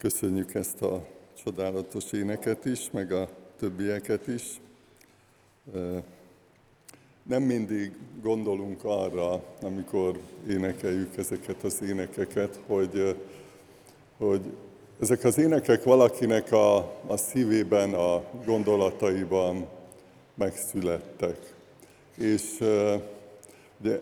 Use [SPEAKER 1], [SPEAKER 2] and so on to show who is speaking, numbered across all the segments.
[SPEAKER 1] Köszönjük ezt a csodálatos éneket is, meg a többieket is. Nem mindig gondolunk arra, amikor énekeljük ezeket az énekeket, hogy ezek az énekek valakinek a szívében, a gondolataiban megszülettek. És ugye,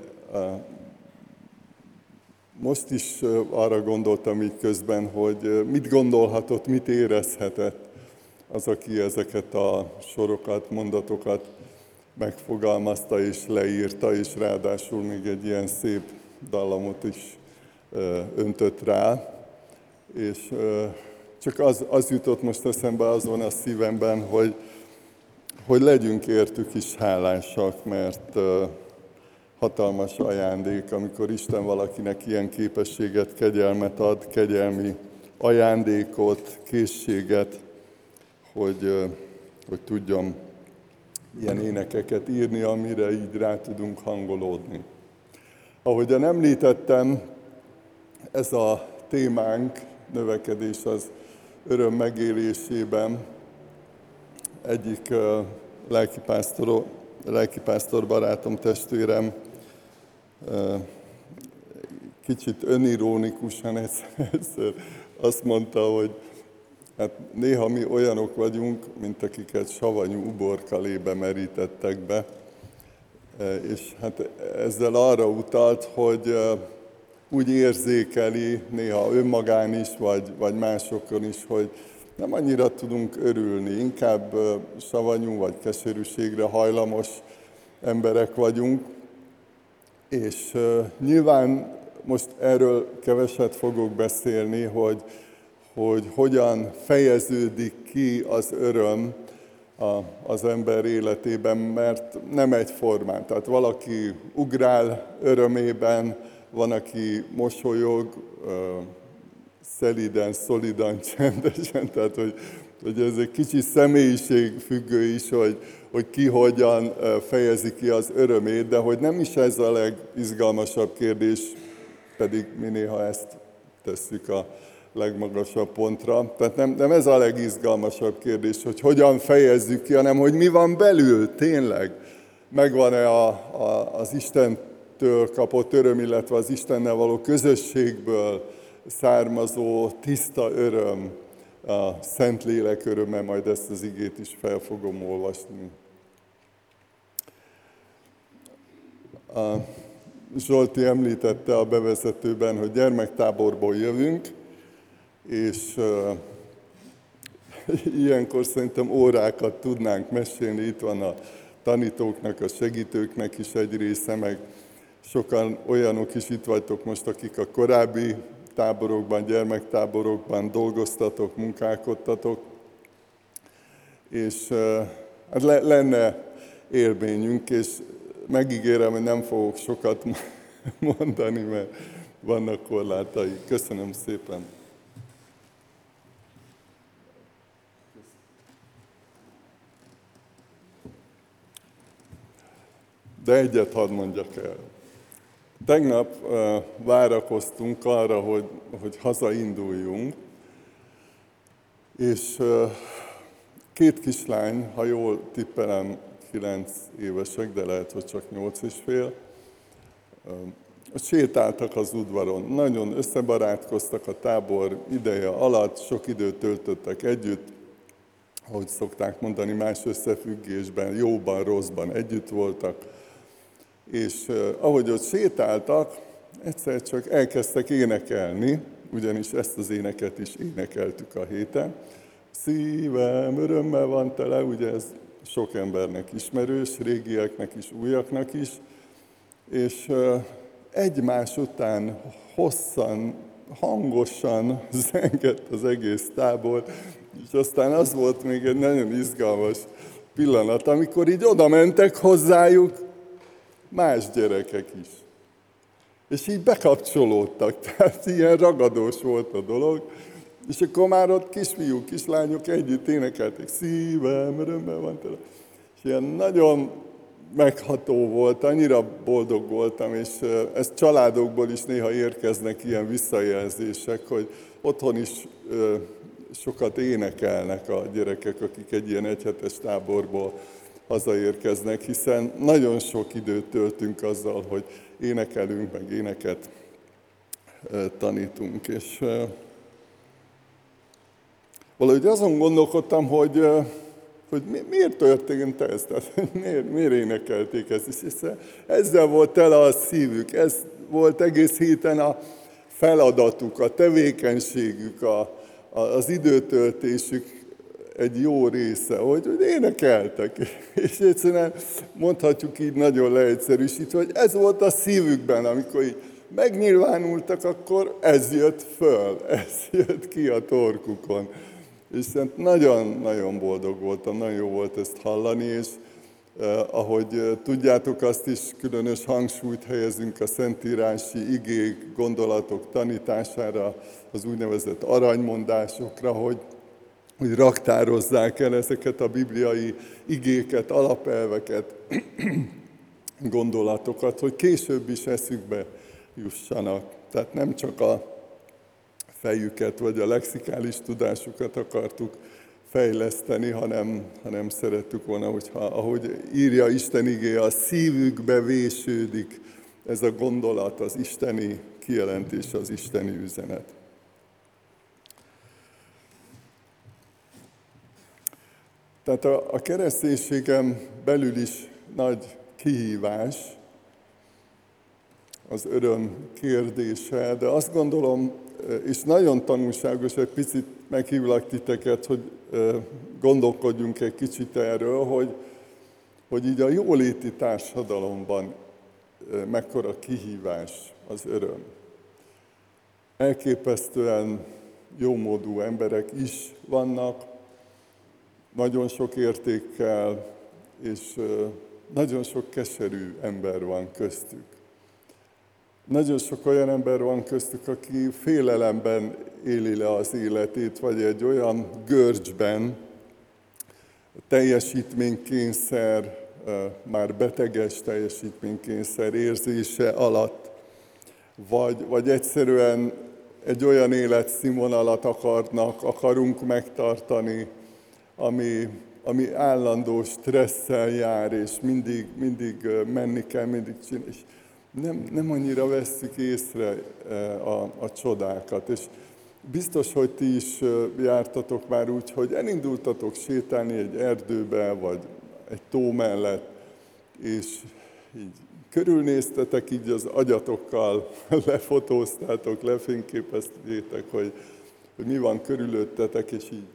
[SPEAKER 1] most is arra gondoltam így közben, hogy mit gondolhatott, mit érezhetett az, aki ezeket a sorokat, mondatokat megfogalmazta és leírta, és ráadásul még egy ilyen szép dallamot is öntött rá. És csak az jutott most eszembe, az van a szívemben, hogy legyünk értük is hálásak, mert hatalmas ajándék, amikor Isten valakinek ilyen képességet, kegyelmet ad, kegyelmi ajándékot, készséget, hogy tudjon ilyen énekeket írni, amire így rá tudunk hangolódni. Ahogyan említettem, ez a témánk, növekedés az öröm megélésében, egyik lelkipásztor barátom, testvérem kicsit önirónikusan egyszer azt mondta, hogy hát néha mi olyanok vagyunk, mint akiket savanyú uborkalébe merítettek be, és hát ezzel arra utalt, hogy úgy érzékeli néha önmagán is, vagy másokon is, hogy nem annyira tudunk örülni, inkább savanyú vagy keserűségre hajlamos emberek vagyunk, és nyilván most erről keveset fogok beszélni, hogy hogyan fejeződik ki az öröm az ember életében, mert nem egyformán. Tehát valaki ugrál örömében, van, aki mosolyog, szelíden, szolidan, csendesen, tehát hogy ez egy kicsi személyiségfüggő is, hogy ki hogyan fejezi ki az örömét, de hogy nem is ez a legizgalmasabb kérdés, pedig mi néha ezt tesszük a legmagasabb pontra. Tehát nem ez a legizgalmasabb kérdés, hogy hogyan fejezzük ki, hanem hogy mi van belül tényleg. Megvan-e az Istentől kapott öröm, illetve az Istennel való közösségből származó tiszta öröm, a Szentlélek öröme, majd ezt az igét is fel fogom olvasni. Zsolti említette a bevezetőben, hogy gyermektáborból jövünk, és ilyenkor szerintem órákat tudnánk mesélni, itt van a tanítóknak, a segítőknek is egy része, meg sokan olyanok is itt vagytok most, akik a korábbi táborokban, gyermektáborokban dolgoztatok, munkálkodtatok, és hát lenne élményünk, és megígérem, hogy nem fogok sokat mondani, mert vannak korlátai. Köszönöm szépen! De egyet hadd mondjak el. Tegnap várakoztunk arra, hogy hazainduljunk, és két kislány, ha jól tippelem, 9 évesek, de lehet, hogy csak 8 és fél, sétáltak az udvaron. Nagyon összebarátkoztak a tábor ideje alatt, sok időt töltöttek együtt, ahogy szokták mondani, más összefüggésben, jóban, rosszban együtt voltak. És ahogy ott sétáltak, egyszer csak elkezdtek énekelni, ugyanis ezt az éneket is énekeltük a héten. Szívem örömmel van tele, ugye ez sok embernek ismerős, régieknek is, újaknak is, és egymás után hosszan, hangosan zengett az egész tábor, és aztán az volt még egy nagyon izgalmas pillanat, amikor így oda mentek hozzájuk más gyerekek is. És így bekapcsolódtak, tehát ilyen ragadós volt a dolog, és akkor már ott kisfiúk, kislányok együtt énekelték, szívem örömmel van tele. És ilyen nagyon megható volt, annyira boldog voltam, és ezt családokból is néha érkeznek ilyen visszajelzések, hogy otthon is sokat énekelnek a gyerekek, akik egy ilyen egyhetes táborból hazaérkeznek, hiszen nagyon sok időt töltünk azzal, hogy énekelünk, meg éneket tanítunk. És valahogy azon gondolkodtam, hogy miért történt ez, tehát miért énekelték ezt. És ezzel volt tele a szívük, ez volt egész héten a feladatuk, a tevékenységük, az időtöltésük egy jó része, hogy énekeltek. És egyszerűen mondhatjuk így nagyon leegyszerűsítve, hogy ez volt a szívükben, amikor így megnyilvánultak, akkor ez jött föl, ez jött ki a torkukon. És nagyon-nagyon boldog voltam, nagyon jó volt ezt hallani, és ahogy tudjátok, azt is különös hangsúlyt helyezünk a szentírási igék, gondolatok tanítására, az úgynevezett aranymondásokra, hogy raktározzák el ezeket a bibliai igéket, alapelveket, gondolatokat, hogy később is eszükbe jussanak. Tehát nem csak a fejüket vagy a lexikális tudásukat akartuk fejleszteni, hanem szerettük volna, hogyha, ahogy írja Isten igéje, a szívükbe vésődik ez a gondolat, az isteni kijelentés, az isteni üzenet. Tehát a kereszténységem belül is nagy kihívás az öröm kérdése, de azt gondolom, és nagyon tanulságos, egy picit meghívlak titeket, hogy gondolkodjunk egy kicsit erről, hogy így a jóléti társadalomban mekkora kihívás az öröm. Elképesztően jómódú emberek is vannak, nagyon sok értékkel, és nagyon sok keserű ember van köztük. Nagyon sok olyan ember van köztük, aki félelemben éli le az életét, vagy egy olyan görcsben, teljesítménykényszer, már beteges teljesítménykényszer érzése alatt, vagy egyszerűen egy olyan életszínvonalat akarunk megtartani, ami állandó stresszel jár, és mindig menni kell, mindig csinálni. És nem annyira vesszük észre a csodákat. És biztos, hogy ti is jártatok már úgy, hogy elindultatok sétálni egy erdőbe, vagy egy tó mellett, és így körülnéztetek, így az agyatokkal lefotóztátok, lefényképeztétek, hogy mi van körülöttetek, és így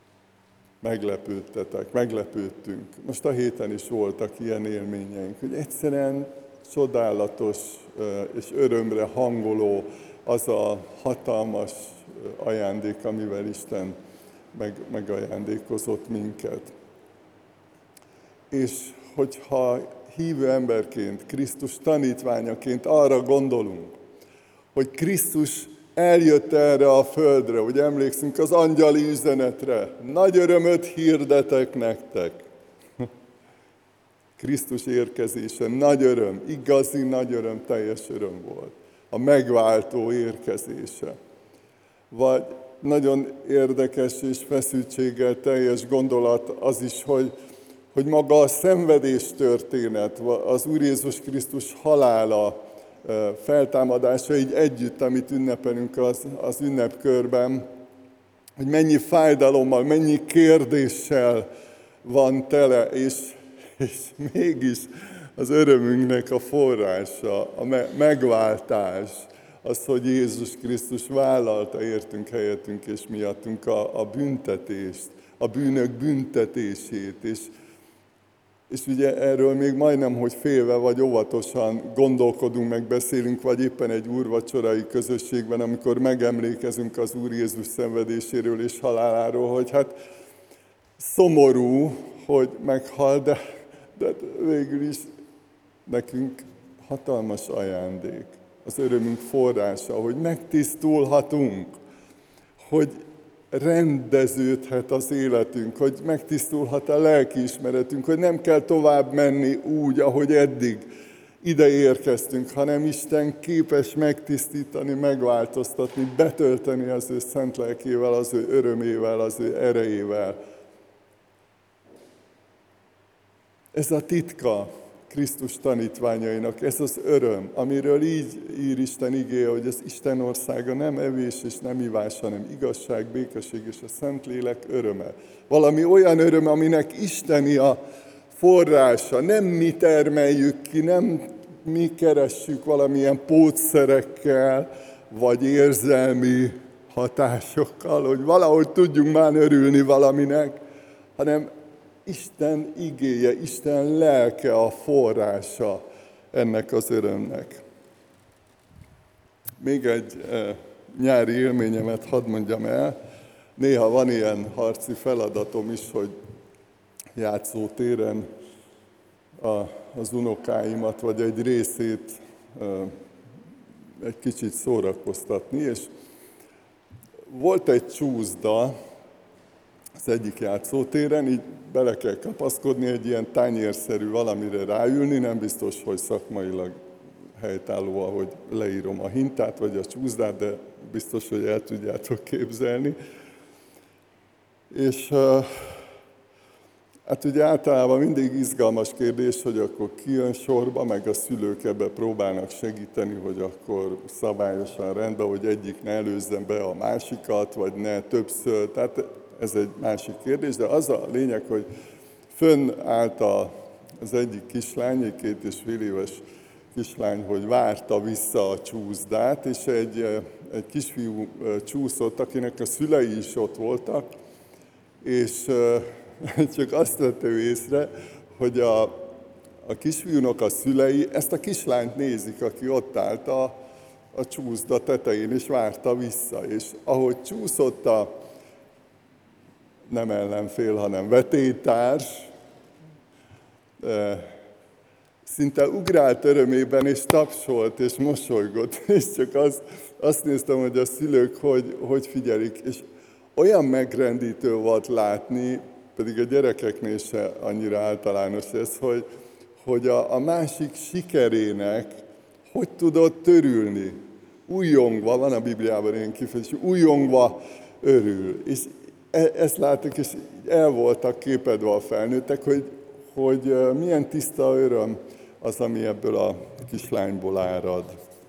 [SPEAKER 1] meglepődtünk. Most a héten is voltak ilyen élményeink, hogy egyszerűen csodálatos és örömre hangoló az a hatalmas ajándék, amivel Isten megajándékozott minket. És hogyha hívő emberként, Krisztus tanítványaként arra gondolunk, hogy Krisztus eljött erre a földre, hogy emlékszünk az angyali üzenetre, nagy örömöt hirdetek nektek. Krisztus érkezése nagy öröm, igazi nagy öröm, teljes öröm volt. A megváltó érkezése. Vagy nagyon érdekes és feszültséggel teljes gondolat az is, hogy maga a szenvedés történet, az Úr Jézus Krisztus halála, feltámadása így együtt, amit ünnepelünk az ünnepkörben, hogy mennyi fájdalommal, mennyi kérdéssel van tele, és mégis az örömünknek a forrása, a megváltás, az, hogy Jézus Krisztus vállalta értünk, helyettünk és miattunk a büntetést, a bűnök büntetését, és ugye erről még majdnem, hogy félve vagy óvatosan gondolkodunk, meg beszélünk, vagy éppen egy úrvacsorai közösségben, amikor megemlékezünk az Úr Jézus szenvedéséről és haláláról, hogy hát szomorú, hogy meghal, de végül is nekünk hatalmas ajándék, az örömünk forrása, hogy megtisztulhatunk, hogy rendeződhet az életünk, hogy megtisztulhat a lelkiismeretünk, hogy nem kell tovább menni úgy, ahogy eddig. ide érkeztünk, hanem Isten képes megtisztítani, megváltoztatni, betölteni az ő szent lelkével, az ő örömével, az ő erejével. Ez a titka Krisztus tanítványainak, ez az öröm, amiről így ír Isten igéje, hogy az Isten országa nem evés és nem ivás, hanem igazság, békesség és a Szentlélek öröme. Valami olyan öröm, aminek isteni a forrása, nem mi termeljük ki, nem mi keressük valamilyen pótszerekkel, vagy érzelmi hatásokkal, hogy valahogy tudjunk már örülni valaminek, hanem Isten igéje, Isten lelke a forrása ennek az örömnek. Még egy nyári élményemet hadd mondjam el. Néha van ilyen harci feladatom is, hogy játszótéren az unokáimat, vagy egy részét egy kicsit szórakoztatni, és volt egy csúszda az egyik játszótéren, így bele kell kapaszkodni, egy ilyen tányérszerű valamire ráülni, nem biztos, hogy szakmailag helytálló, ahogy leírom a hintát, vagy a csúszdát, de biztos, hogy el tudjátok képzelni. És hát ugye általában mindig izgalmas kérdés, hogy akkor ki jön sorba, meg a szülők ebbe próbálnak segíteni, hogy akkor szabályosan rendben, hogy egyik ne előzzen be a másikat, vagy ne többször. Tehát ez egy másik kérdés, de az a lényeg, hogy fönn állt az egyik kislány, egy 2,5 éves kislány, hogy várta vissza a csúszdát, és egy kisfiú csúszott, akinek a szülei is ott voltak, és csak azt vette ő észre, hogy a kisfiúnak a szülei ezt a kislányt nézik, aki ott állt a csúszda tetején, és várta vissza. És ahogy csúszott nem ellenfél, hanem vetélytárs, szinte ugrált örömében, és tapsolt, és mosolygott, és csak azt néztem, hogy a szülők hogy figyelik. És olyan megrendítő volt látni, pedig a gyerekeknél se annyira általános ez, hogy a másik sikerének hogy tudott örülni. Újjongva, van a Bibliában ilyen kifejezés, újjongva örül. És ezt láttak, és el voltak képedve a felnőttek, hogy milyen tiszta öröm az, ami ebből a kislányból árad.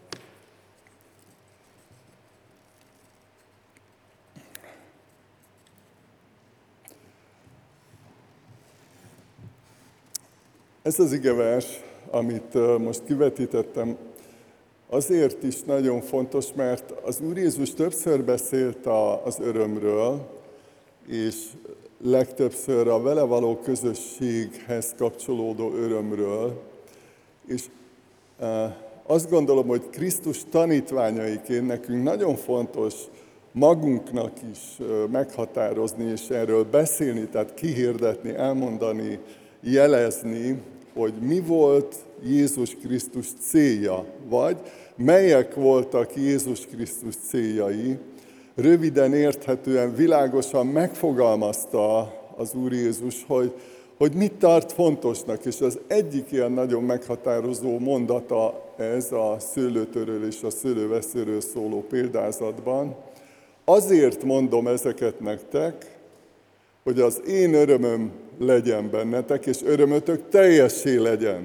[SPEAKER 1] Ez az igevers, amit most kivetítettem, azért is nagyon fontos, mert az Úr Jézus többször beszélt az örömről, és legtöbbször a vele való közösséghez kapcsolódó örömről, és azt gondolom, hogy Krisztus tanítványaiként nekünk nagyon fontos magunknak is meghatározni, és erről beszélni, tehát kihirdetni, elmondani, jelezni, hogy mi volt Jézus Krisztus célja, vagy melyek voltak Jézus Krisztus céljai. Röviden, érthetően, világosan megfogalmazta az Úr Jézus, hogy mit tart fontosnak, és az egyik ilyen nagyon meghatározó mondata ez a szőlőtörről és a szőlőveszőről szóló példázatban. Azért mondom ezeket nektek, hogy az én örömöm legyen bennetek, és örömötök teljessé legyen.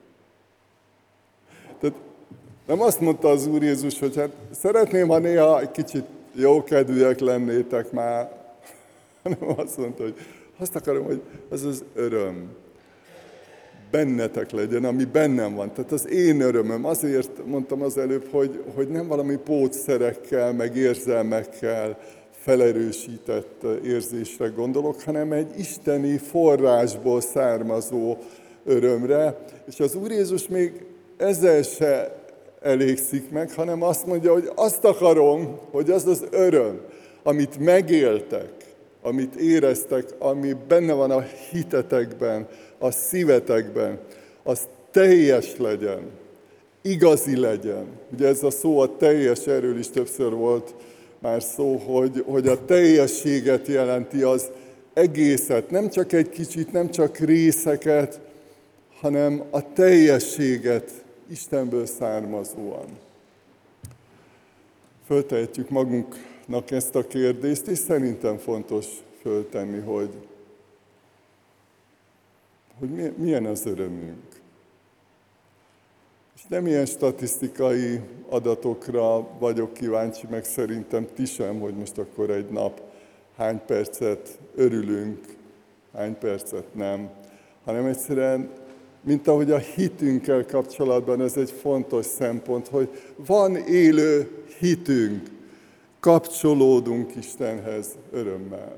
[SPEAKER 1] Tehát nem azt mondta az Úr Jézus, hogy hát szeretném, ha néha egy kicsit jókedvűek lennétek már, hanem azt mondta, hogy azt akarom, hogy az az öröm bennetek legyen, ami bennem van. Tehát az én örömöm, azért mondtam az előbb, hogy nem valami pótszerekkel, meg érzelmekkel felerősített érzésre gondolok, hanem egy isteni forrásból származó örömre. És az Úr Jézus még ezzel se elégszik meg, hanem azt mondja, hogy azt akarom, hogy az az öröm, amit megéltek, amit éreztek, ami benne van a hitetekben, a szívetekben, az teljes legyen, igazi legyen. Ugye ez a szó, a teljes, erről is többször volt már szó, hogy a teljességet jelenti, az egészet, nem csak egy kicsit, nem csak részeket, hanem a teljességet Istenből származóan. Föltehetjük magunknak ezt a kérdést, és szerintem fontos föltenni, hogy milyen az örömünk. És nem ilyen statisztikai adatokra vagyok kíváncsi, meg szerintem ti sem, hogy most akkor egy nap hány percet örülünk, hány percet nem, hanem egyszerűen, mint ahogy a hitünkkel kapcsolatban ez egy fontos szempont, hogy van élő hitünk, kapcsolódunk Istenhez örömmel.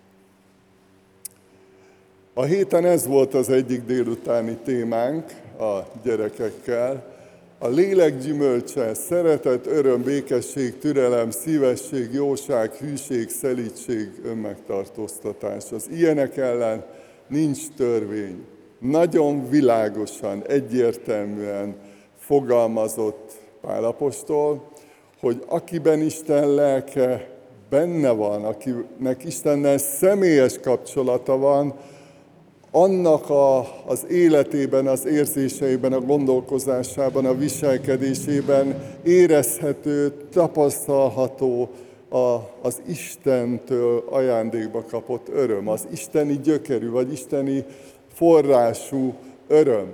[SPEAKER 1] A héten ez volt az egyik délutáni témánk a gyerekekkel. A lélek gyümölcse, szeretet, öröm, békesség, türelem, szívesség, jóság, hűség, szelídség, önmegtartóztatás. Az ilyenek ellen nincs törvény. Nagyon világosan, egyértelműen fogalmazott Pál apostol, hogy akiben Isten lelke benne van, akinek Istennel személyes kapcsolata van, annak az életében, az érzéseiben, a gondolkozásában, a viselkedésében érezhető, tapasztalható az Istentől ajándékba kapott öröm, az isteni gyökerű, vagy isteni forrású öröm.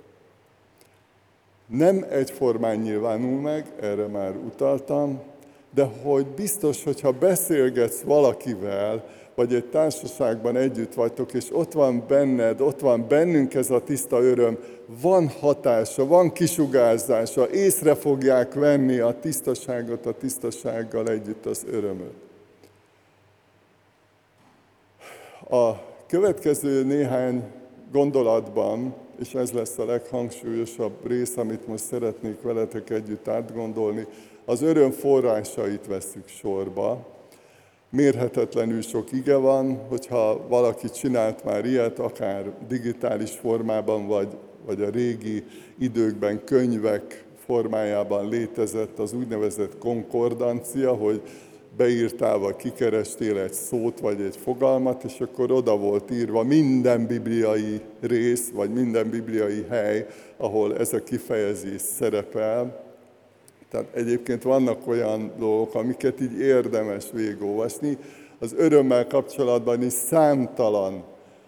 [SPEAKER 1] Nem egyformán nyilvánul meg, erre már utaltam, de hogy biztos, hogyha beszélgetsz valakivel, vagy egy társaságban együtt vagytok, és ott van benned, ott van bennünk ez a tiszta öröm, van hatása, van kisugárzása, észre fogják venni a tisztaságot, a tisztasággal együtt az örömöt. A következő néhány gondolatban, és ez lesz a leghangsúlyosabb rész, amit most szeretnék veletek együtt átgondolni, az öröm forrásait vesszük sorba. Mérhetetlenül sok ige van, hogyha valaki csinált már ilyet, akár digitális formában, vagy a régi időkben könyvek formájában létezett az úgynevezett konkordancia, hogy beírtál, vagy kikerestél egy szót, vagy egy fogalmat, és akkor oda volt írva minden bibliai rész, vagy minden bibliai hely, ahol ez a kifejezés szerepel. Tehát egyébként vannak olyan dolgok, amiket így érdemes végigolvasni. Az örömmel kapcsolatban is számtalan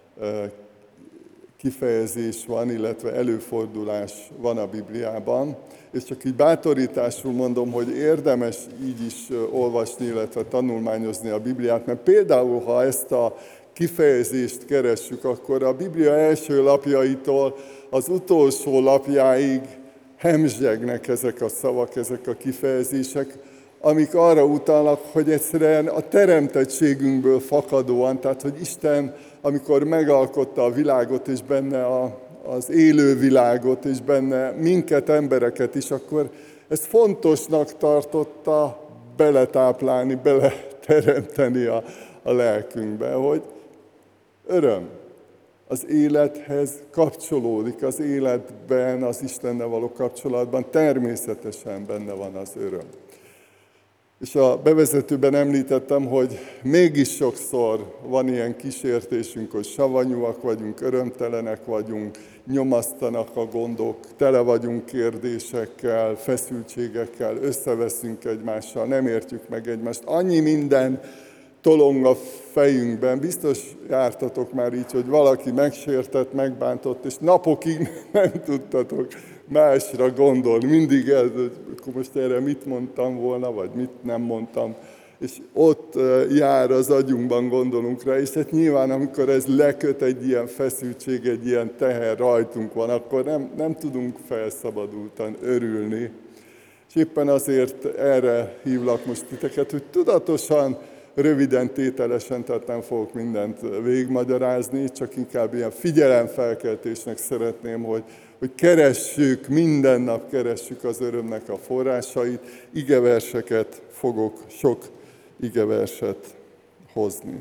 [SPEAKER 1] kifejezés van, illetve előfordulás van a Bibliában. És csak így bátorításul mondom, hogy érdemes így is olvasni, illetve tanulmányozni a Bibliát, mert például, ha ezt a kifejezést keressük, akkor a Biblia első lapjaitól az utolsó lapjáig hemzsegnek ezek a szavak, ezek a kifejezések, amik arra utalnak, hogy egyszerűen a teremtettségünkből fakadóan, tehát hogy Isten, amikor megalkotta a világot, és benne az élő világot, és benne minket, embereket is, akkor ezt fontosnak tartotta beletáplálni, beleteremteni a lelkünkbe, hogy öröm. Az élethez kapcsolódik, az életben, az Istennel való kapcsolatban természetesen benne van az öröm. És a bevezetőben említettem, hogy mégis sokszor van ilyen kísértésünk, hogy savanyúak vagyunk, örömtelenek vagyunk, nyomasztanak a gondok, tele vagyunk kérdésekkel, feszültségekkel, összeveszünk egymással, nem értjük meg egymást. Annyi minden tolong a fejünkben. Biztos jártatok már így, hogy valaki megsértett, megbántott, és napokig nem tudtatok másra gondolni. Mindig ez, hogy akkor most erre mit mondtam volna, vagy mit nem mondtam. És ott jár az agyunkban, gondolunk rá, és hát nyilván, amikor ez leköt egy ilyen feszültség, egy ilyen teher rajtunk van, akkor nem tudunk felszabadultan örülni. És éppen azért erre hívlak most titeket, hogy tudatosan, röviden, tételesen, tehát nem fogok mindent végigmagyarázni, csak inkább ilyen figyelemfelkeltésnek szeretném, hogy keressük, minden nap keressük az örömnek a forrásait. Igeverseket fogok, sok igeverset hozni.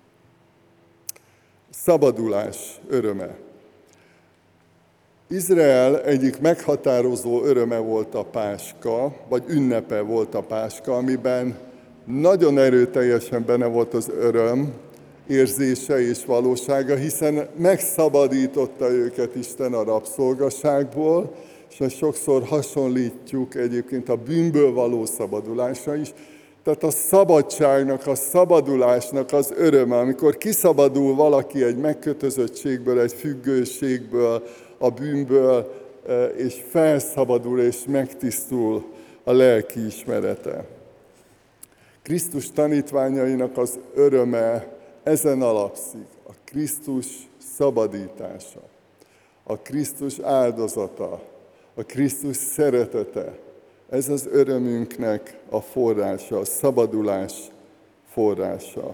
[SPEAKER 1] Szabadulás öröme. Izrael egyik meghatározó öröme volt a Páska, vagy ünnepe volt a Páska, amiben nagyon erőteljesen benne volt az öröm érzése és valósága, hiszen megszabadította őket Isten a rabszolgaságból, és ezt sokszor hasonlítjuk egyébként a bűnből való szabadulásra is. Tehát a szabadságnak, a szabadulásnak az öröme, amikor kiszabadul valaki egy megkötözöttségből, egy függőségből, a bűnből, és felszabadul és megtisztul a lelki ismerete. Krisztus tanítványainak az öröme ezen alapszik. A Krisztus szabadítása, a Krisztus áldozata, a Krisztus szeretete. Ez az örömünknek a forrása, a szabadulás forrása.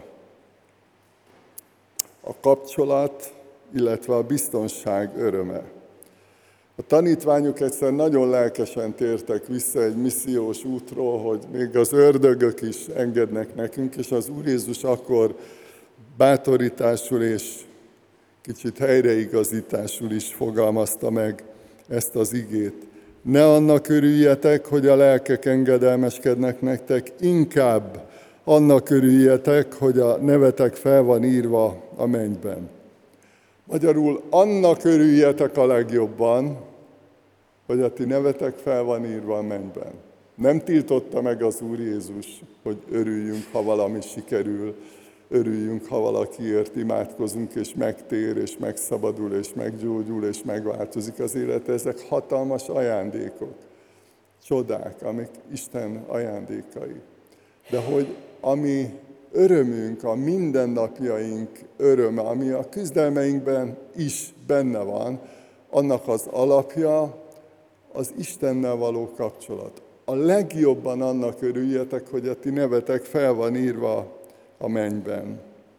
[SPEAKER 1] A kapcsolat, illetve a biztonság öröme. A tanítványok egyszer nagyon lelkesen tértek vissza egy missziós útról, hogy még az ördögök is engednek nekünk, és az Úr Jézus akkor bátorításul és kicsit helyreigazításul is fogalmazta meg ezt az igét. Ne annak örüljetek, hogy a lelkek engedelmeskednek nektek, inkább annak örüljetek, hogy a nevetek fel van írva a mennyben. Magyarul annak örüljetek a legjobban, hogy a ti nevetek fel van írva a mennyben. Nem tiltotta meg az Úr Jézus, hogy örüljünk, ha valami sikerül, örüljünk, ha valakiért imádkozunk, és megtér, és megszabadul, és meggyógyul, és megváltozik az élete. Ezek hatalmas ajándékok, csodák, amik Isten ajándékai. De hogy ami örömünk, a mindennapjaink öröme, ami a küzdelmeinkben is benne van, annak az alapja az Istennel való kapcsolat. A legjobban annak örüljetek, hogy a ti nevetek fel van írva a mennyben.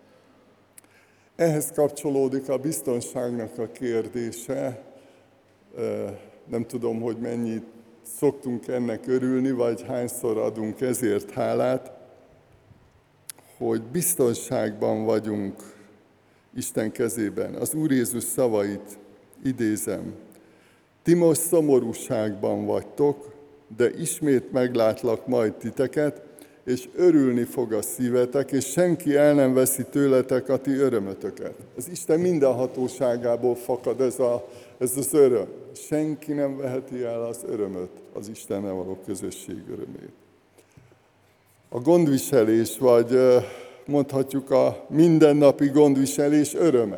[SPEAKER 1] Ehhez kapcsolódik a biztonságnak a kérdése. Nem tudom, hogy mennyit szoktunk ennek örülni, vagy hányszor adunk ezért hálát, hogy biztonságban vagyunk Isten kezében. Az Úr Jézus szavait idézem. Ti most szomorúságban vagytok, de ismét meglátlak majd titeket, és örülni fog a szívetek, és senki el nem veszi tőletek a ti örömötöket. Az Isten mindenhatóságából fakad ez az öröm. Senki nem veheti el az örömöt, az Istennel való közösség örömét. A gondviselés, vagy mondhatjuk a mindennapi gondviselés öröme.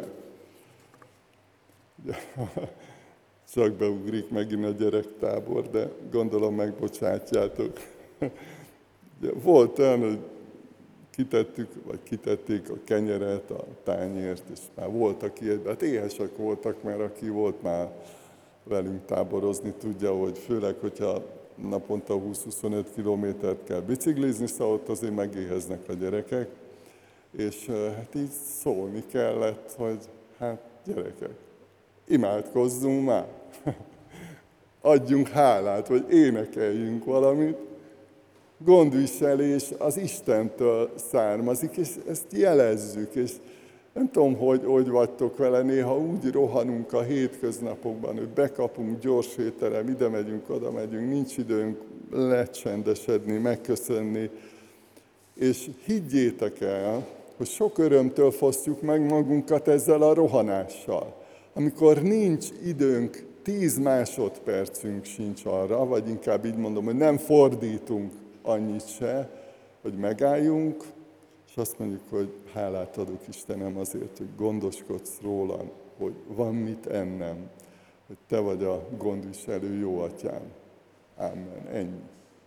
[SPEAKER 1] Csak beugrik megint a gyerektábor, de gondolom megbocsátjátok. Volt olyan, hogy kitették a kenyeret, a tányért, és már voltak ilyen, hát éhesek voltak, mert aki volt már velünk táborozni, tudja, hogy főleg, hogyha naponta 20-25 kilométert kell biciklizni, szóval ott azért megéheznek a gyerekek, és hát így szólni kellett, hogy hát gyerekek, imádkozzunk már, adjunk hálát, vagy énekeljünk valamit. Gondviselés az Istentől származik, és ezt jelezzük, és nem tudom, hogy vagytok vele, néha úgy rohanunk a hétköznapokban, hogy bekapunk, gyors étterem, ide megyünk, oda megyünk, nincs időnk lecsendesedni, megköszönni, és higgyétek el, hogy sok örömtől fosztjuk meg magunkat ezzel a rohanással. Amikor nincs időnk, 10 másodpercünk sincs arra, vagy inkább így mondom, hogy nem fordítunk annyit se, hogy megálljunk, és azt mondjuk, hogy hálát adok Istenem azért, hogy gondoskodsz rólam, hogy van mit ennem, hogy te vagy a gondviselő jó atyám. Amen. Ennyi.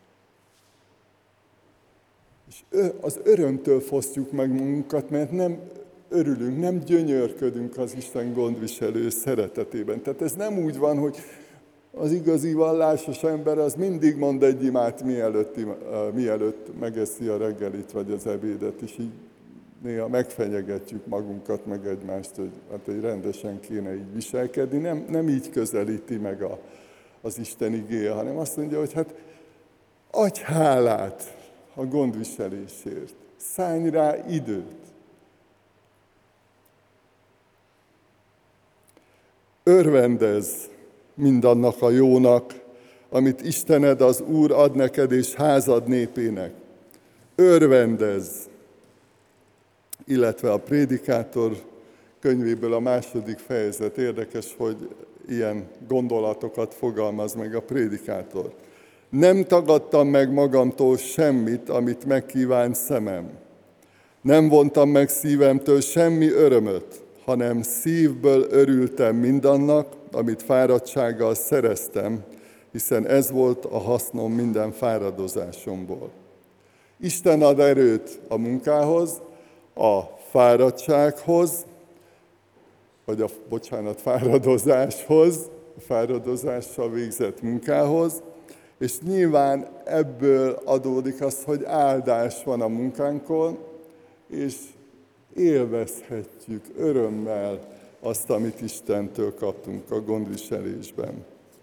[SPEAKER 1] És az örömtől fosztjuk meg magunkat, mert nem örülünk, nem gyönyörködünk az Isten gondviselő szeretetében. Tehát ez nem úgy van, hogy az igazi vallásos ember az mindig mond egy imát, mielőtt megeszi a reggelit vagy az ebédet, és így néha megfenyegetjük magunkat, meg egymást, hogy hát egy rendesen kéne így viselkedni. Nem így közelíti meg az Isten igéje, hanem azt mondja, hogy hát adj hálát a gondviselésért, szállj rá időt. Örvendezz mindannak a jónak, amit Istened, az Úr ad neked és házad népének. Örvendezz! Illetve a Prédikátor könyvéből a 2. fejezet. Érdekes, hogy ilyen gondolatokat fogalmaz meg a prédikátor. Nem tagadtam meg magamtól semmit, amit megkívánt szemem. Nem vontam meg szívemtől semmi örömöt, hanem szívből örültem mindannak, amit fáradtsággal szereztem, hiszen ez volt a hasznom minden fáradozásomból. Isten ad erőt a munkához, a fáradtsághoz, fáradozáshoz, a fáradozással végzett munkához, és nyilván ebből adódik az, hogy áldás van a munkánkon, és élvezhetjük örömmel azt, amit Istentől kaptunk a gondviselésben.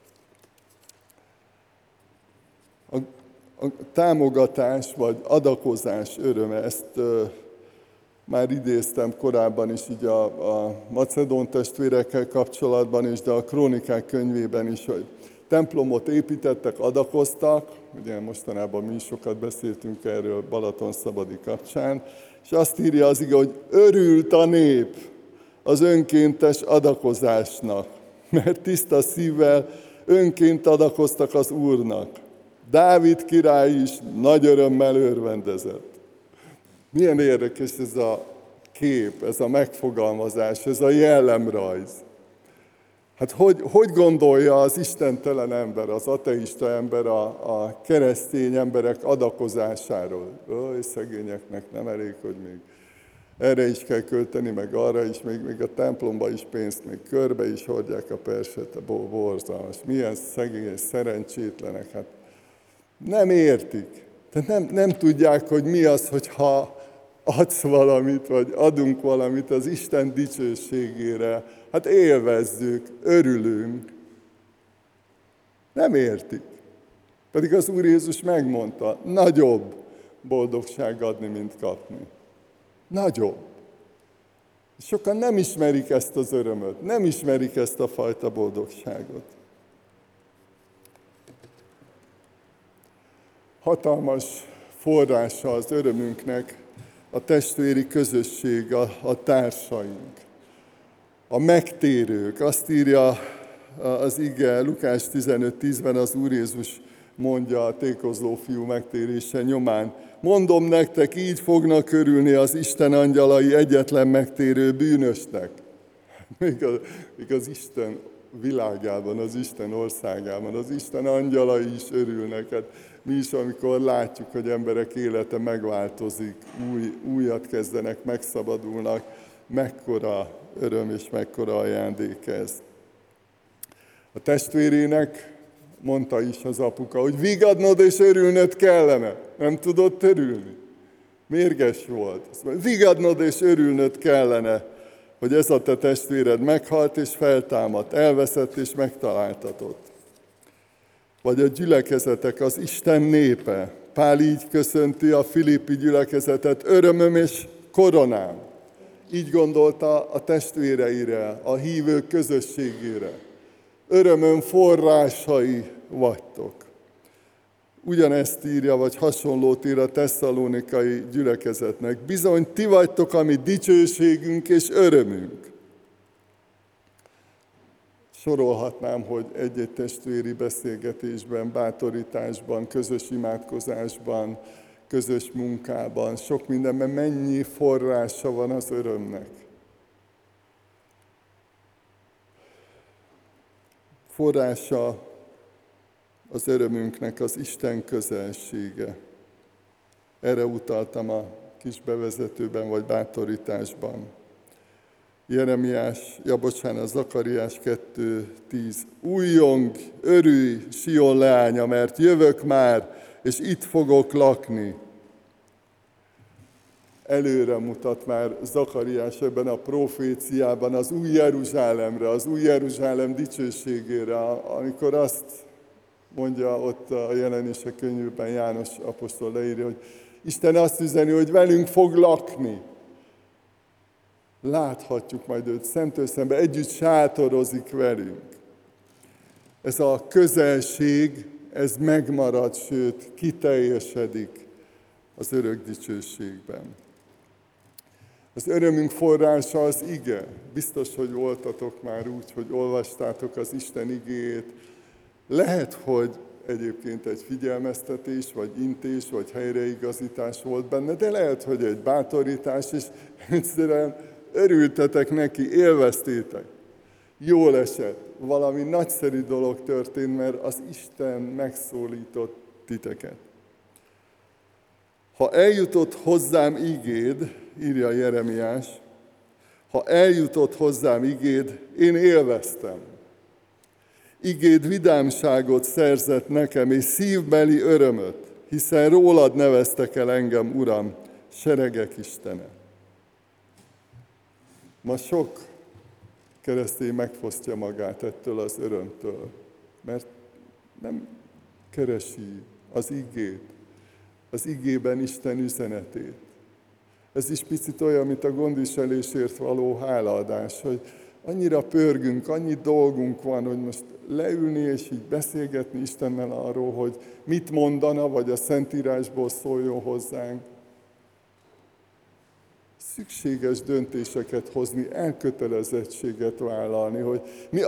[SPEAKER 1] A támogatás vagy adakozás öröme, ezt már idéztem korábban is így a macedón testvérekkel kapcsolatban is, de a Krónikák könyvében is, hogy templomot építettek, adakoztak, ugye mostanában mi is sokat beszéltünk erről Balatonszabadi kapcsán, és azt írja az ige, hogy örült a nép az önkéntes adakozásnak, mert tiszta szívvel önként adakoztak az Úrnak. Dávid király is nagy örömmel örvendezett. Milyen érdekes ez a kép, ez a megfogalmazás, ez a jellemrajz. Hát hogy gondolja az istentelen ember, az ateista ember a keresztény emberek adakozásáról? Szegényeknek nem elég, hogy még erre is kell költeni, meg arra is, még a templomba is pénzt, még körbe is hordják a perset, a borzalmas. Milyen szegény és szerencsétlenek, hát nem értik. Tehát nem tudják, hogy mi az, hogyha adsz valamit, vagy adunk valamit az Isten dicsőségére. Hát élvezzük, örülünk. Nem értik. Pedig az Úr Jézus megmondta, nagyobb boldogság adni, mint kapni. Nagyobb. Sokan nem ismerik ezt az örömöt, nem ismerik ezt a fajta boldogságot. Hatalmas forrása az örömünknek a testvéri közösség, a társaink, a megtérők. Azt írja az ige Lukás 15:10-ben az Úr Jézus mondja a tékozló fiú megtérése nyomán. Mondom nektek, így fognak örülni az Isten angyalai egyetlen megtérő bűnösnek. Még az Isten világában, az Isten országában, az Isten angyalai is örülnek. Hát mi is, amikor látjuk, hogy emberek élete megváltozik, újat kezdenek, megszabadulnak, mekkora öröm és mekkora ajándék ez. A testvérének mondta is az apuka, hogy vigadnod és örülnöd kellene. Nem tudott örülni? Mérges volt. Azt mondja, vigadnod és örülnöd kellene, hogy ez a te testvéred meghalt és feltámadt, elveszett és megtaláltatott. Vagy a gyülekezetek, az Isten népe. Pál így köszönti a filippi gyülekezetet, örömöm és koronám. Így gondolta a testvéreire, a hívők közösségére. Örömöm forrásai vagytok. Ugyanezt írja, vagy hasonlót ír a tesszalonikai gyülekezetnek. Bizony, ti vagytok a mi dicsőségünk és örömünk. Sorolhatnám, hogy egy-egy testvéri beszélgetésben, bátorításban, közös imádkozásban, közös munkában, sok mindenben mennyi forrása van az örömnek. Forrása az örömünknek az Isten közelsége. Erre utaltam a kis bevezetőben vagy bátorításban. Zakariás 2:10. Újjong, örülj, Sion leánya, mert jövök már, és itt fogok lakni. Előre mutat már Zakariás ebben a proféciában az új Jeruzsálemre, az új Jeruzsálem dicsőségére, amikor azt mondja ott a Jelenések könyvében János apostol leírja, hogy Isten azt üzeni, hogy velünk fog lakni. Láthatjuk majd őt szemtől szembe, együtt sátorozik velünk. Ez a közelség, ez megmarad, sőt, kiteljesedik az örök dicsőségben. Az örömünk forrása az ige. Biztos, hogy voltatok már úgy, hogy olvastátok az Isten igéjét. Lehet, hogy egyébként egy figyelmeztetés, vagy intés, vagy helyreigazítás volt benne, de lehet, hogy egy bátorítás, és egyszerűen örültetek neki, élveztétek. Jól esett, valami nagyszerű dolog történt, mert az Isten megszólított titeket. Ha eljutott hozzám igéd, írja Jeremiás, ha eljutott hozzám igéd, én élveztem. Igéd vidámságot szerzett nekem, és szívbeli örömöt, hiszen rólad neveztek el engem, Uram, seregek Istene. Ma sok keresztény megfosztja magát ettől az örömtől, mert nem keresi az igét, az igében Isten üzenetét. Ez is picit olyan, mint a gondviselésért való hálaadás, hogy annyira pörgünk, annyi dolgunk van, hogy most leülni és így beszélgetni Istennel arról, hogy mit mondana, vagy a Szentírásból szóljon hozzánk. Szükséges döntéseket hozni, elkötelezettséget vállalni, hogy mi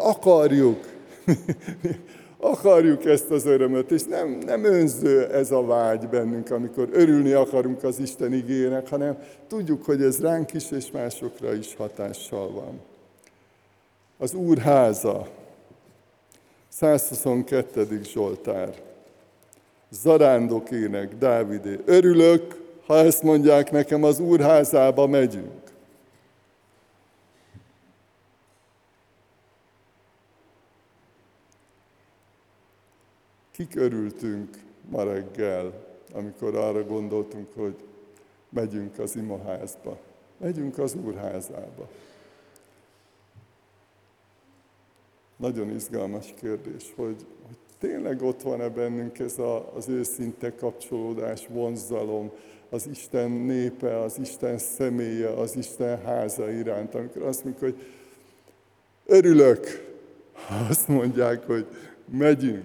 [SPEAKER 1] akarjuk ezt az örömöt, és nem önző ez a vágy bennünk, amikor örülni akarunk az Isten igének, hanem tudjuk, hogy ez ránk is és másokra is hatással van. Az Úr háza, 122. Zsoltár, zarándokének, Dávidé. Örülök, ha ezt mondják nekem, az Úr házába megyünk. Kik örültünk ma reggel, amikor arra gondoltunk, hogy megyünk az imaházba, megyünk az Úr házába. Nagyon izgalmas kérdés, hogy tényleg ott van-e bennünk ez az őszinte kapcsolódás, vonzalom, az Isten népe, az Isten személye, az Isten háza iránt, amikor azt mondjuk, hogy örülök, ha azt mondják, hogy megyünk.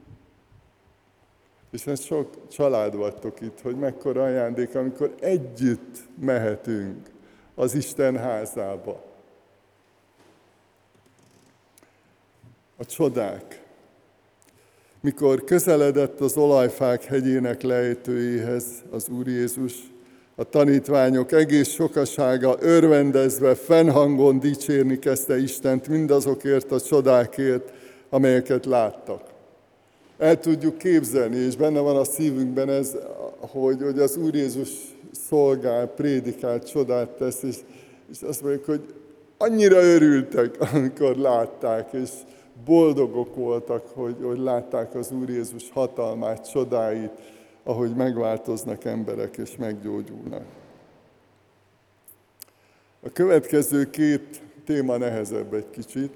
[SPEAKER 1] És ez sok család vagytok itt, hogy mekkora ajándék, amikor együtt mehetünk az Isten házába. A csodák. Mikor közeledett az olajfák hegyének lejtőjéhez az Úr Jézus, a tanítványok egész sokasága örvendezve, fennhangon dicsérni kezdte Istent mindazokért a csodákért, amelyeket láttak. El tudjuk képzelni, és benne van a szívünkben ez, hogy az Úr Jézus szolgál, prédikál, csodát tesz, és azt mondjuk, hogy annyira örültek, amikor látták, és boldogok voltak, hogy látták az Úr Jézus hatalmát, csodáit, ahogy megváltoznak emberek és meggyógyulnak. A következő két téma nehezebb egy kicsit.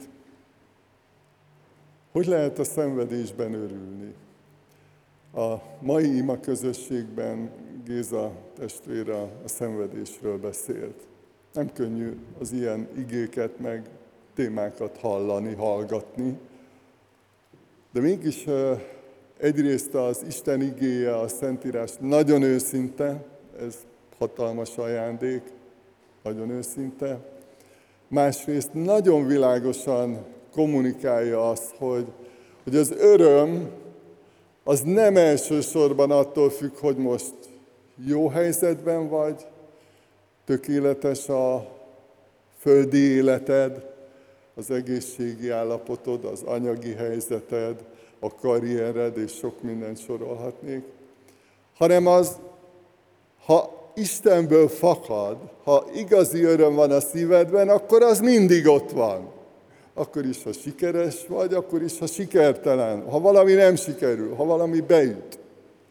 [SPEAKER 1] Hogy lehet a szenvedésben örülni? A mai ima közösségben Géza testvére a szenvedésről beszélt. Nem könnyű az ilyen igéket meg témákat hallani, hallgatni, de mégis egyrészt az Isten igéje, a Szentírás nagyon őszinte, ez hatalmas ajándék, nagyon őszinte. Másrészt nagyon világosan kommunikálja azt, hogy az öröm az nem elsősorban attól függ, hogy most jó helyzetben vagy, tökéletes a földi életed, az egészségi állapotod, az anyagi helyzeted, a karriered, és sok mindent sorolhatnék, hanem az, ha Istenből fakad, ha igazi öröm van a szívedben, akkor az mindig ott van. Akkor is, ha sikeres vagy, akkor is, ha sikertelen, ha valami nem sikerül, ha valami beüt,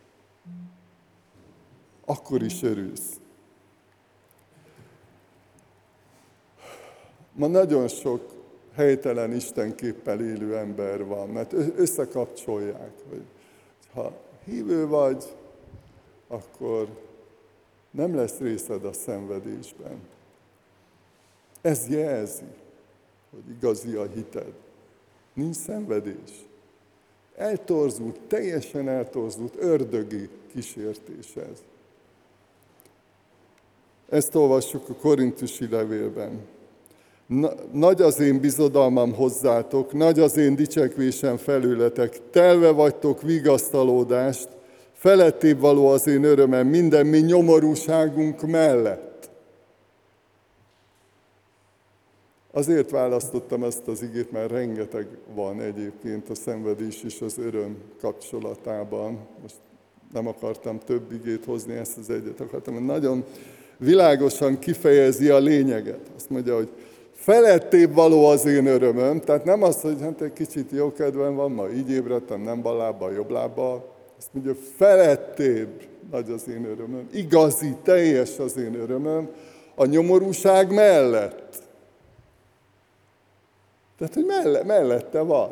[SPEAKER 1] akkor is örülsz. Ma nagyon sok helytelen istenképpel élő ember van, mert összekapcsolják, hogy ha hívő vagy, akkor nem lesz részed a szenvedésben. Ez jelzi, hogy igazi a hited. Nincs szenvedés. Eltorzult, teljesen eltorzult, ördögi kísértés ez. Ezt olvassuk a Korintusi levélben. Nagy az én bizodalmam hozzátok, nagy az én dicsekvésem felőletek, telve vagytok vigasztalódást, felettébb való az én örömem minden mi nyomorúságunk mellett. Azért választottam ezt az igét, mert rengeteg van egyébként a szenvedés és az öröm kapcsolatában. Most nem akartam több igét hozni, ezt az egyet akartam, mert nagyon világosan kifejezi a lényeget. Azt mondja, hogy felettébb való az én örömöm, tehát nem az, hogy hát egy kicsit jó kedvem van, ma így ébredtem, nem bal lábbal, jobb lábbal. Azt mondja, felettébb nagy az én örömöm, igazi, teljes az én örömöm, a nyomorúság mellett. Tehát, hogy mellette van.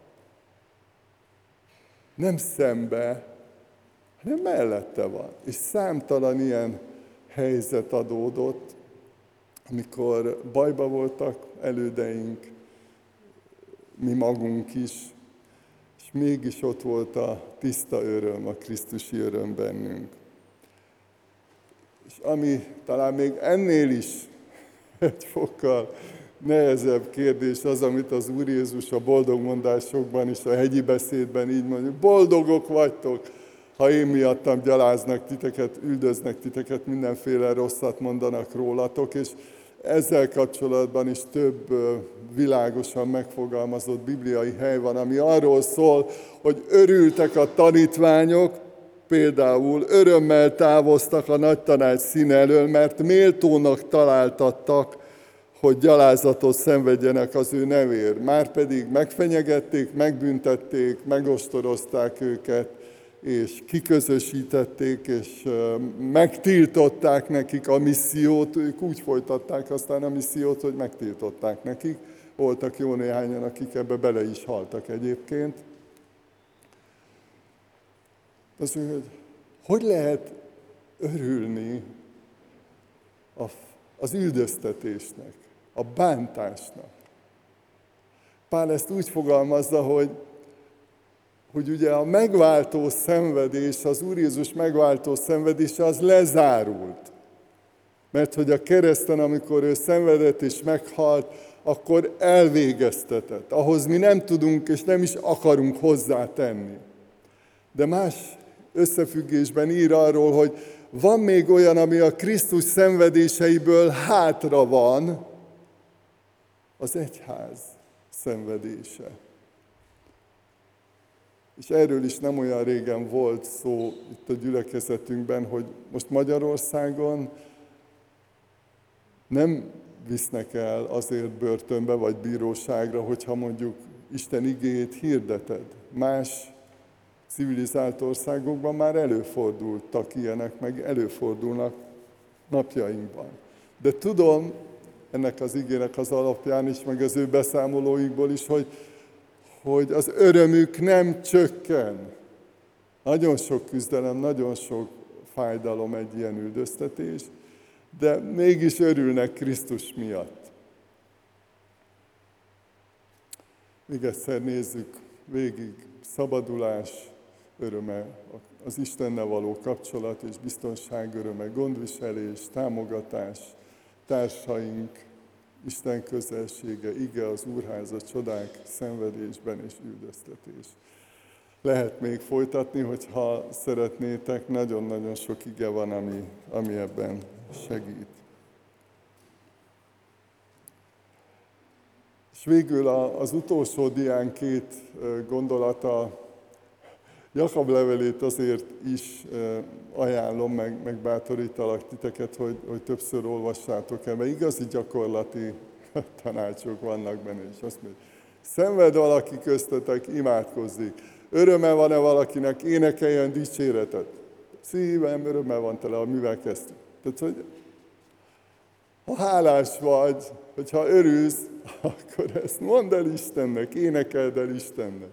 [SPEAKER 1] Nem szembe, hanem mellette van. És számtalan ilyen helyzet adódott, amikor bajba voltak elődeink, mi magunk is, és mégis ott volt a tiszta öröm, a krisztusi öröm bennünk. És ami talán még ennél is egy fokkal nehezebb kérdés az, amit az Úr Jézus a boldogmondásokban és a hegyi beszédben így mondja, boldogok vagytok, ha én miattam gyaláznak titeket, üldöznek titeket, mindenféle rosszat mondanak rólatok, és ezzel kapcsolatban is több világosan megfogalmazott bibliai hely van, ami arról szól, hogy örültek a tanítványok, például örömmel távoztak a nagy tanács színe elől, mert méltónak találtattak, hogy gyalázatot szenvedjenek az ő nevéért. Márpedig megfenyegették, megbüntették, megostorozták őket, és kiközösítették, és megtiltották nekik a missziót. Ők úgy folytatták aztán a missziót, hogy megtiltották nekik. Voltak jó néhányan, akik ebbe bele is haltak egyébként. Az, hogy lehet örülni az üldöztetésnek, a bántásnak? Pál ezt úgy fogalmazza, hogy ugye a megváltó szenvedés, az Úr Jézus megváltó szenvedése az lezárult. Mert hogy a kereszten, amikor ő szenvedett és meghalt, akkor elvégeztetett. Ahhoz mi nem tudunk és nem is akarunk hozzátenni. De más összefüggésben ír arról, hogy van még olyan, ami a Krisztus szenvedéseiből hátra van, az egyház szenvedése. És erről is nem olyan régen volt szó itt a gyülekezetünkben, hogy most Magyarországon nem visznek el azért börtönbe vagy bíróságra, hogyha mondjuk Isten igéjét hirdeted. Más civilizált országokban már előfordultak ilyenek, meg előfordulnak napjainkban. De tudom, ennek az igének az alapján is, meg az ő beszámolóikból is, hogy az örömük nem csökken. Nagyon sok küzdelem, nagyon sok fájdalom egy ilyen üldöztetés, de mégis örülnek Krisztus miatt. Még egyszer nézzük végig. Szabadulás öröme, az Istennel való kapcsolat és biztonság öröme, gondviselés, támogatás, társaink, Isten közelsége, ige az Úrháza, csodák, szenvedésben és üldöztetés. Lehet még folytatni, hogyha szeretnétek, nagyon-nagyon sok ige van, ami ebben segít. És végül az utolsó dián két gondolata, Jakab levelét azért is ajánlom, meg bátorítalak titeket, hogy többször olvassátok el, mert igazi gyakorlati tanácsok vannak benne, és azt mondja, szenved valaki köztetek, imádkozzék. Öröme van-e valakinek, énekeljen dicséretet. Szívem örömmel van tele, amivel kezdtük. Tehát, hogy ha hálás vagy, hogyha örülsz, akkor ezt mondd el Istennek, énekeld el Istennek.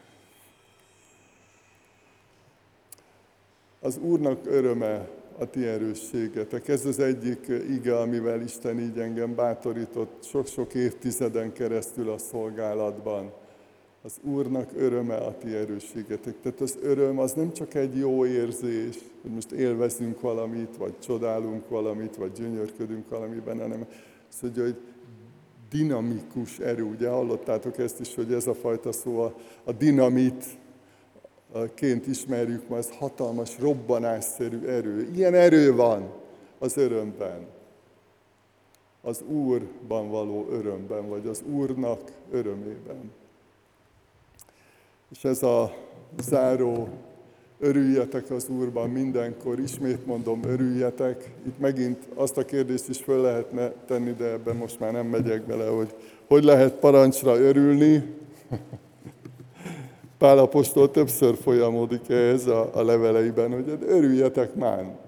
[SPEAKER 1] Az Úrnak öröme a ti erősségetek. Ez az egyik ige, amivel Isten így engem bátorított sok-sok évtizeden keresztül a szolgálatban. Az Úrnak öröme a ti erősségetek. Tehát az öröm az nem csak egy jó érzés, hogy most élvezünk valamit, vagy csodálunk valamit, vagy gyönyörködünk valamiben, hanem az, hogy dinamikus erő. Ugye hallottátok ezt is, hogy ez a fajta szó a dinamitként ismerjük ma, ez hatalmas, robbanásszerű erő. Ilyen erő van az örömben. Az Úrban való örömben, vagy az Úrnak örömében. És ez a záró, örüljetek az Úrban mindenkor, ismét mondom, örüljetek. Itt megint azt a kérdést is föl lehetne tenni, de ebben most már nem megyek bele, hogy lehet parancsra örülni. Pál apostol többször folyamodik ez a leveleiben, hogy örüljetek már.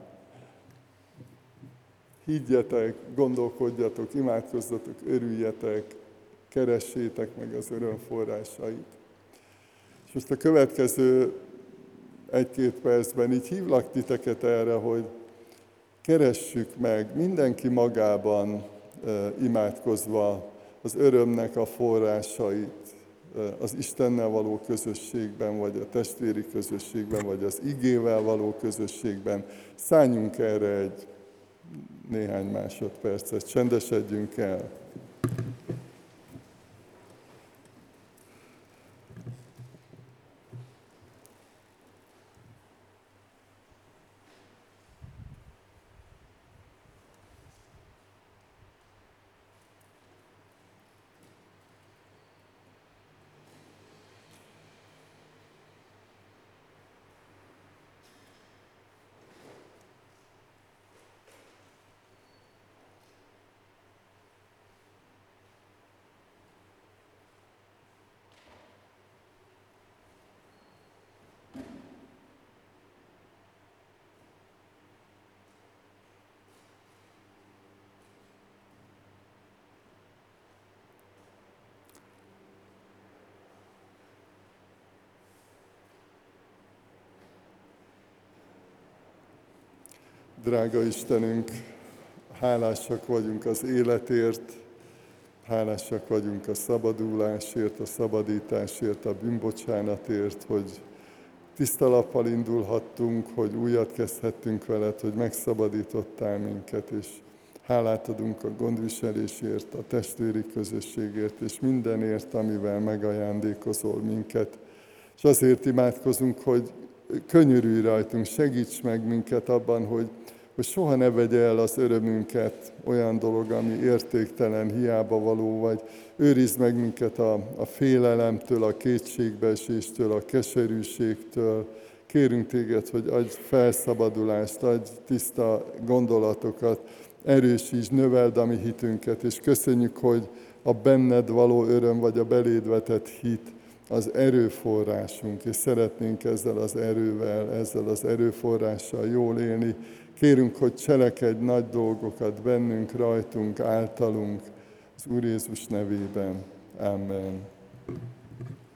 [SPEAKER 1] Higgyetek, gondolkodjatok, imádkozzatok, örüljetek, keressétek meg az öröm forrásait. És most a következő 1-2 percben így hívlak titeket erre, hogy keressük meg mindenki magában imádkozva az örömnek a forrásait, az Istennel való közösségben, vagy a testvéri közösségben, vagy az igével való közösségben. Szálljunk erre néhány másodpercet, csendesedjünk el. Drága Istenünk, hálásak vagyunk az életért, hálásak vagyunk a szabadulásért, a szabadításért, a bűnbocsánatért, hogy tiszta lappal indulhattunk, hogy újat kezdhettünk veled, hogy megszabadítottál minket, és hálát adunk a gondviselésért, a testvéri közösségért, és mindenért, amivel megajándékozol minket. És azért imádkozunk, hogy könyörülj rajtunk, segíts meg minket abban, hogy soha ne vegye el az örömünket olyan dolog, ami értéktelen, hiába való, vagy őrizd meg minket a félelemtől, a kétségbeeséstől, a keserűségtől. Kérünk téged, hogy adj felszabadulást, adj tiszta gondolatokat, erősítsd, növeld a mi hitünket, és köszönjük, hogy a benned való öröm, vagy a beléd vetett hit az erőforrásunk, és szeretnénk ezzel az erővel, ezzel az erőforrással jól élni. Kérünk, hogy cselekedj nagy dolgokat bennünk, rajtunk, általunk, az Úr Jézus nevében. Amen.